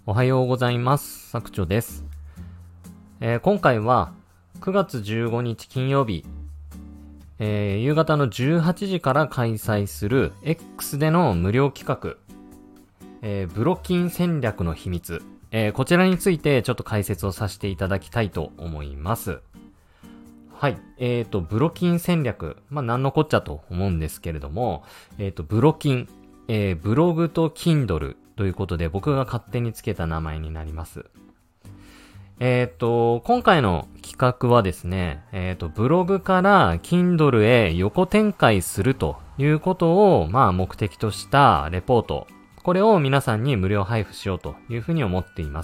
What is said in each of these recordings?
おはようございます。さくちょです。今回は9月15日金曜日、夕方の18時から開催する X での無料企画、ブロキン戦略の秘密、こちらについてちょっと解説をさせていただきたいと思います。はい。ブロキン戦略。なんのこっちゃと思うんですけれども、ブロキン、ブログと Kindle ということで僕が勝手につけた名前になります。今回の企画はですね、ブログから Kindle へ横展開するということを、目的としたレポート。これを皆さんに無料配布しようというふうに思っています。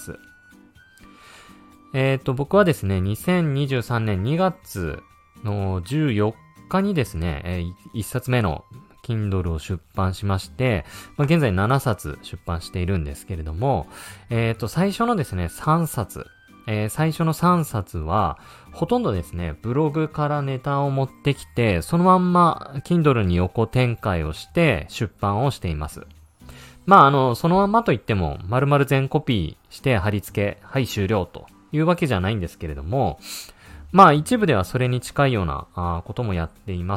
僕はですね、2023年2月の14日にですね、1冊目の Kindle を出版しまして、現在7冊出版しているんですけれども、最初のですね、3冊、最初の3冊は、ほとんどですね、ブログからネタを持ってきて、そのまんま Kindle に横展開をして出版をしています。そのまんまといっても、丸々全コピーして貼り付け、はい終了というわけじゃないんですけれども、一部ではそれに近いようなこともやっています。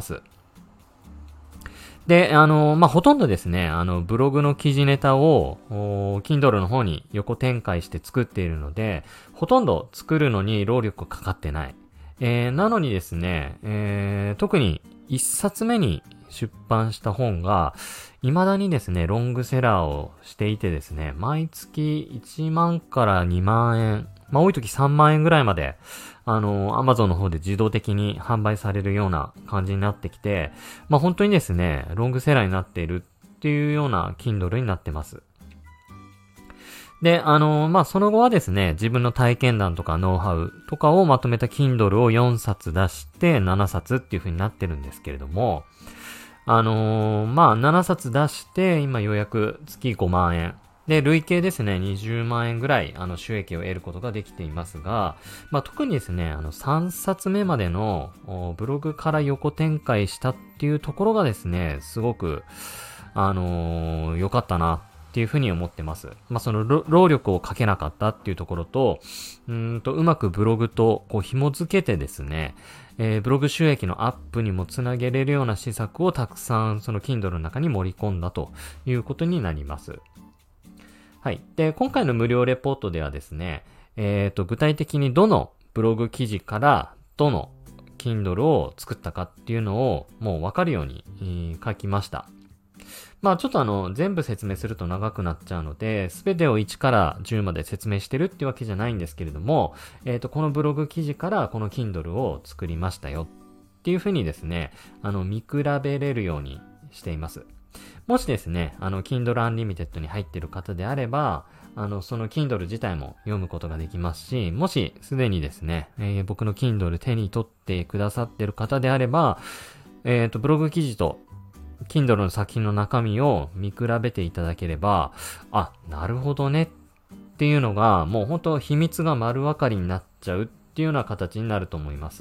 で、ほとんどですね、ブログの記事ネタを、Kindle の方に横展開して作っているので、ほとんど作るのに労力かかってない。なのにですね、特に1冊目に出版した本が、未だにですね、ロングセラーをしていてですね、毎月1万から2万円、多い時3万円ぐらいまで、Amazon の方で自動的に販売されるような感じになってきて、本当にですね、ロングセラーになっているっていうような Kindle になってます。で、その後はですね、自分の体験談とかノウハウとかをまとめた Kindle を4冊出して7冊っていう風になってるんですけれども、7冊出して、今ようやく月5万円。で、累計ですね、20万円ぐらい、収益を得ることができていますが、特にですね、3冊目までの、ブログから横展開したっていうところがですね、すごく、良かったな、っていうふうに思ってます。その、労力をかけなかったっていうところと、うまくブログと、紐付けてですね、ブログ収益のアップにもつなげれるような施策をたくさんその Kindle の中に盛り込んだということになります。はい。で、今回の無料レポートではですね、具体的にどのブログ記事からどの Kindle を作ったかっていうのをもうわかるように、書きました。ちょっと全部説明すると長くなっちゃうので、すべてを1から10まで説明してるってわけじゃないんですけれども、このブログ記事からこの Kindle を作りましたよっていうふうにですね、見比べれるようにしています。もしですね、Kindle Unlimited に入っている方であれば、その Kindle 自体も読むことができますし、もしすでにですね、僕の Kindle 手に取ってくださっている方であれば、ブログ記事とKindle の作品の中身を見比べていただければ、なるほどねっていうのが、もう本当秘密が丸分かりになっちゃうっていうような形になると思います。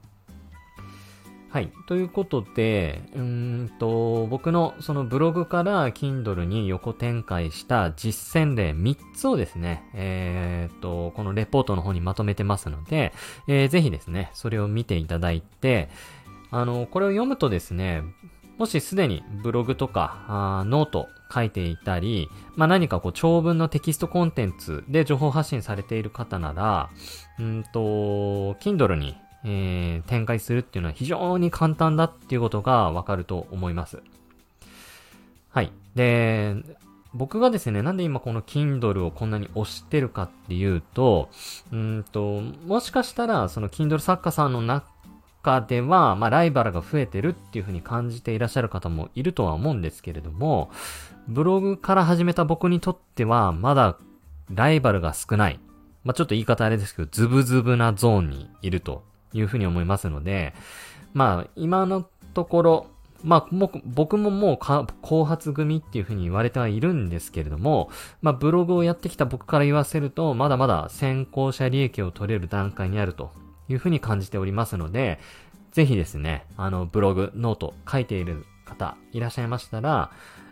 はい。ということで、僕のそのブログから Kindle に横展開した実践例3つをですね、このレポートの方にまとめてますので、ぜひですね、それを見ていただいて、これを読むとですね、もしすでにブログとかノート書いていたり、何か長文のテキストコンテンツで情報発信されている方なら、Kindle に、展開するっていうのは非常に簡単だっていうことがわかると思います。はい。で、僕がですね、なんで今この Kindle をこんなに推してるかっていうと、もしかしたらその Kindle 作家さんの中では、ライバルが増えてるっていう風に感じていらっしゃる方もいるとは思うんですけれども、ブログから始めた僕にとっては、まだライバルが少ない。ちょっと言い方あれですけど、ズブズブなゾーンにいるという風に思いますので、今のところ、僕ももう後発組っていう風に言われてはいるんですけれども、ブログをやってきた僕から言わせると、まだまだ先行者利益を取れる段階にあるという風に感じておりますので、ぜひですね、ブログ、ノート書いている方いらっしゃいましたら、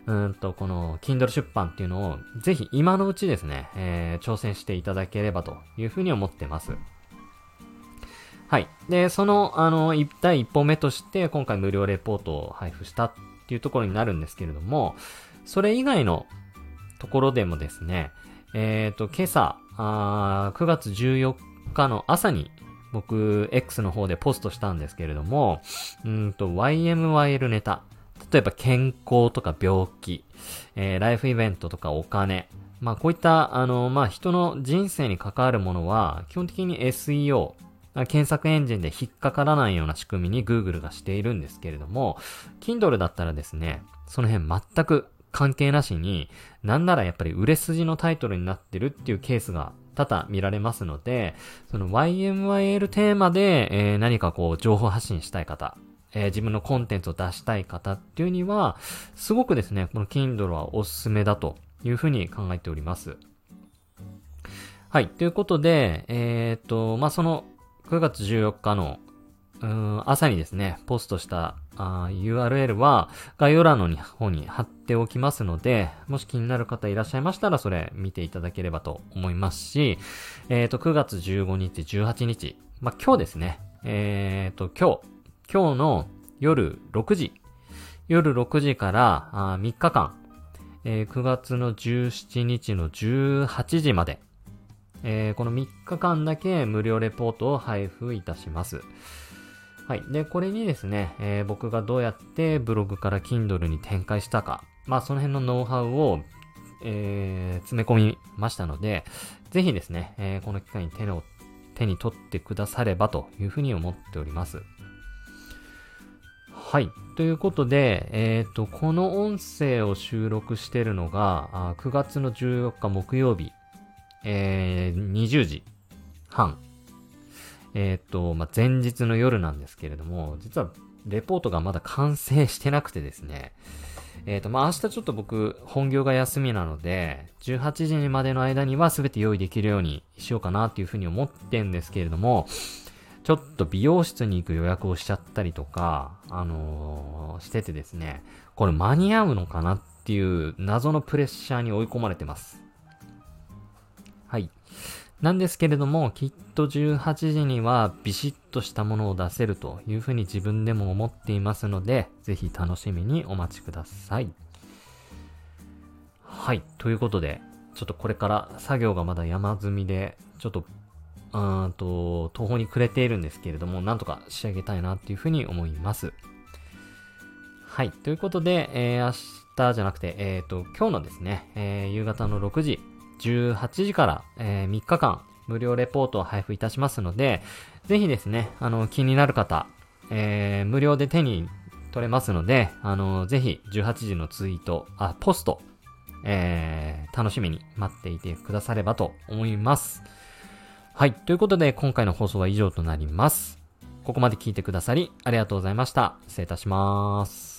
この Kindle 出版っていうのをぜひ今のうちですね、挑戦していただければというふうに思ってます。はい。で、その、第一歩目として今回無料レポートを配布したっていうところになるんですけれども、それ以外のところでもですね、今朝、9月14日の朝に僕、X の方でポストしたんですけれども、YMYL ネタ。例えば健康とか病気、ライフイベントとかお金。まあこういった、人の人生に関わるものは、基本的に SEO、検索エンジンで引っかからないような仕組みに Google がしているんですけれども、Kindle だったらですね、その辺全く関係なしに、なんならやっぱり売れ筋のタイトルになってるっていうケースが多々見られますので、その YMYL テーマで、何かこう情報発信したい方、自分のコンテンツを出したい方っていうには、すごくですね、この Kindle はおすすめだというふうに考えております。はい。ということで、その9月14日の朝にですね、ポストしたURL は概要欄の方に貼っておきますので、もし気になる方いらっしゃいましたらそれ見ていただければと思いますし、9月15日、18日、今日ですね、今日の夜6時から3日間、9月の17日の18時まで、この3日間だけ無料レポートを配布いたします。はい。で、これにですね、僕がどうやってブログから Kindle に展開したか、その辺のノウハウを、詰め込みましたので、ぜひですね、この機会に手に取ってくださればというふうに思っております。はい。ということで、この音声を収録しているのが、9月の14日木曜日、20時半。前日の夜なんですけれども、実はレポートがまだ完成してなくてですね、明日ちょっと僕、本業が休みなので、18時にまでの間には全て用意できるようにしようかなっていうふうに思ってんですけれども、ちょっと美容室に行く予約をしちゃったりとか、しててですね、これ間に合うのかなっていう謎のプレッシャーに追い込まれてます。はい。なんですけれども、きっと18時にはビシッとしたものを出せるというふうに自分でも思っていますので、ぜひ楽しみにお待ちください。はい。ということで、ちょっとこれから作業がまだ山積みで、ちょっと途方に暮れているんですけれども、なんとか仕上げたいなっていうふうに思います。はい。ということで、明日じゃなくて、今日のですね、夕方の6時、18時から、3日間、無料レポートを配布いたしますので、ぜひですね、気になる方、無料で手に取れますので、ぜひ18時のツイート、ポスト、楽しみに待っていてくださればと思います。はい。ということで、今回の放送は以上となります。ここまで聞いてくださり、ありがとうございました。失礼いたします。